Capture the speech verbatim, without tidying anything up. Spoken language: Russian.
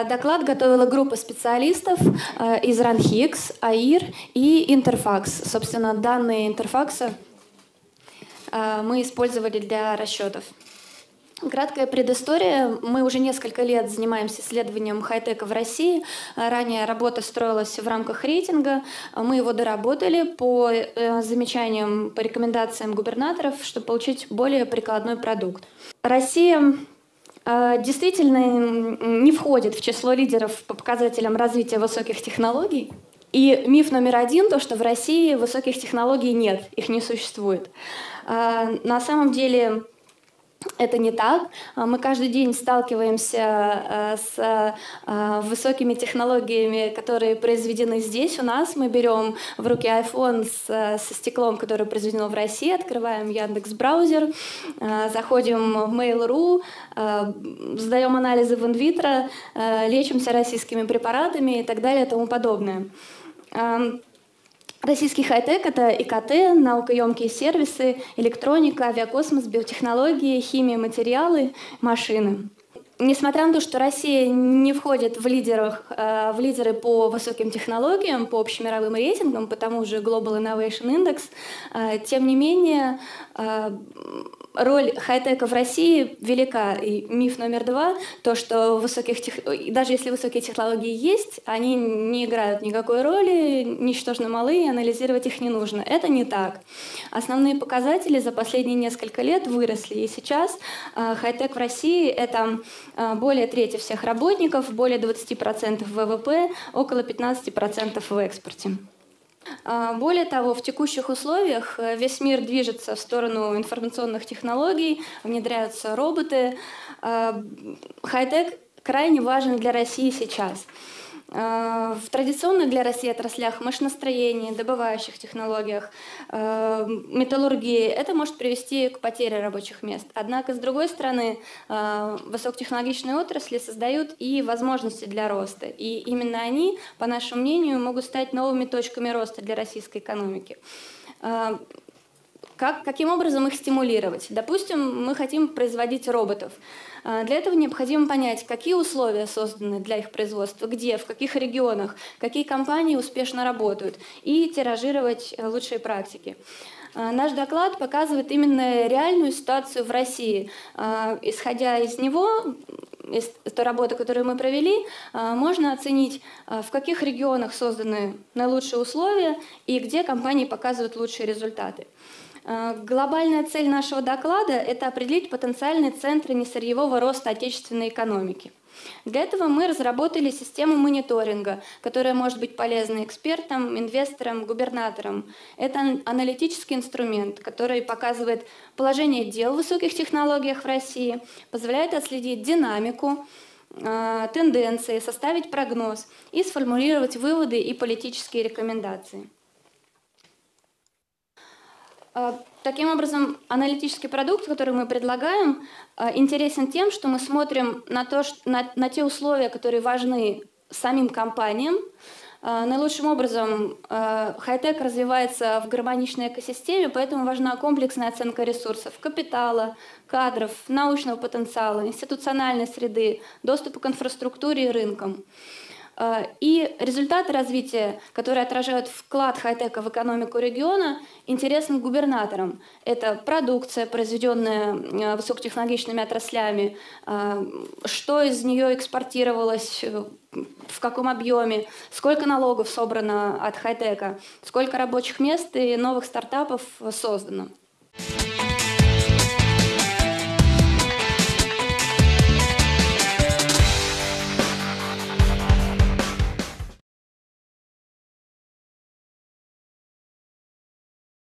Доклад готовила группа специалистов из РАНХИКС, АИР и Интерфакс. Собственно, данные Интерфакса мы использовали для расчетов. Краткая предыстория. Мы уже несколько лет занимаемся исследованием хай-тека в России. Ранее работа строилась в рамках рейтинга. Мы его доработали по замечаниям, по рекомендациям губернаторов, чтобы получить более прикладной продукт. Россия действительно не входит в число лидеров по показателям развития высоких технологий. И миф номер один – то, что в России высоких технологий нет, их не существует. На самом деле это не так. Мы каждый день сталкиваемся с высокими технологиями, которые произведены здесь, у нас. Мы берем в руки iPhone со стеклом, которое произведено в России, открываем Яндекс.Браузер, заходим в Mail.ru, сдаем анализы в инвитро, лечимся российскими препаратами и так далее и тому подобное. Российский хай-тек – это ИКТ, наукоемкие сервисы, электроника, авиакосмос, биотехнологии, химия, материалы, машины. Несмотря на то, что Россия не входит в, лидерах, в лидеры по высоким технологиям, по общемировым рейтингам, по тому же Global Innovation Index, тем не менее роль хай-тека в России велика. И миф номер два – то, что высоких тех... даже если высокие технологии есть, они не играют никакой роли, ничтожно малы, и анализировать их не нужно. Это не так. Основные показатели за последние несколько лет выросли. И сейчас хай-тек в России – это более трети всех работников, более двадцати процентов ВВП, около пятнадцати процентов в экспорте. Более того, в текущих условиях весь мир движется в сторону информационных технологий, внедряются роботы. Хай-тек крайне важен для России сейчас. В традиционных для России отраслях машиностроения, добывающих технологиях, металлургии это может привести к потере рабочих мест. Однако, с другой стороны, высокотехнологичные отрасли создают и возможности для роста. И именно они, по нашему мнению, могут стать новыми точками роста для российской экономики. Как, каким образом их стимулировать? Допустим, мы хотим производить роботов. Для этого необходимо понять, какие условия созданы для их производства, где, в каких регионах, какие компании успешно работают, и тиражировать лучшие практики. Наш доклад показывает именно реальную ситуацию в России. Исходя из него, из той работы, которую мы провели, можно оценить, в каких регионах созданы наилучшие условия и где компании показывают лучшие результаты. Глобальная цель нашего доклада – это определить потенциальные центры несырьевого роста отечественной экономики. Для этого мы разработали систему мониторинга, которая может быть полезна экспертам, инвесторам, губернаторам. Это аналитический инструмент, который показывает положение дел в высоких технологиях в России, позволяет отследить динамику, тенденции, составить прогноз и сформулировать выводы и политические рекомендации. Таким образом, аналитический продукт, который мы предлагаем, интересен тем, что мы смотрим на, то, на, на те условия, которые важны самим компаниям. Наилучшим образом хай-тек развивается в гармоничной экосистеме, поэтому важна комплексная оценка ресурсов: капитала, кадров, научного потенциала, институциональной среды, доступа к инфраструктуре и рынкам. И результаты развития, которые отражают вклад хай-тека в экономику региона, интересны губернаторам. Это продукция, произведенная высокотехнологичными отраслями, что из нее экспортировалось, в каком объеме, сколько налогов собрано от хай-тека, сколько рабочих мест и новых стартапов создано.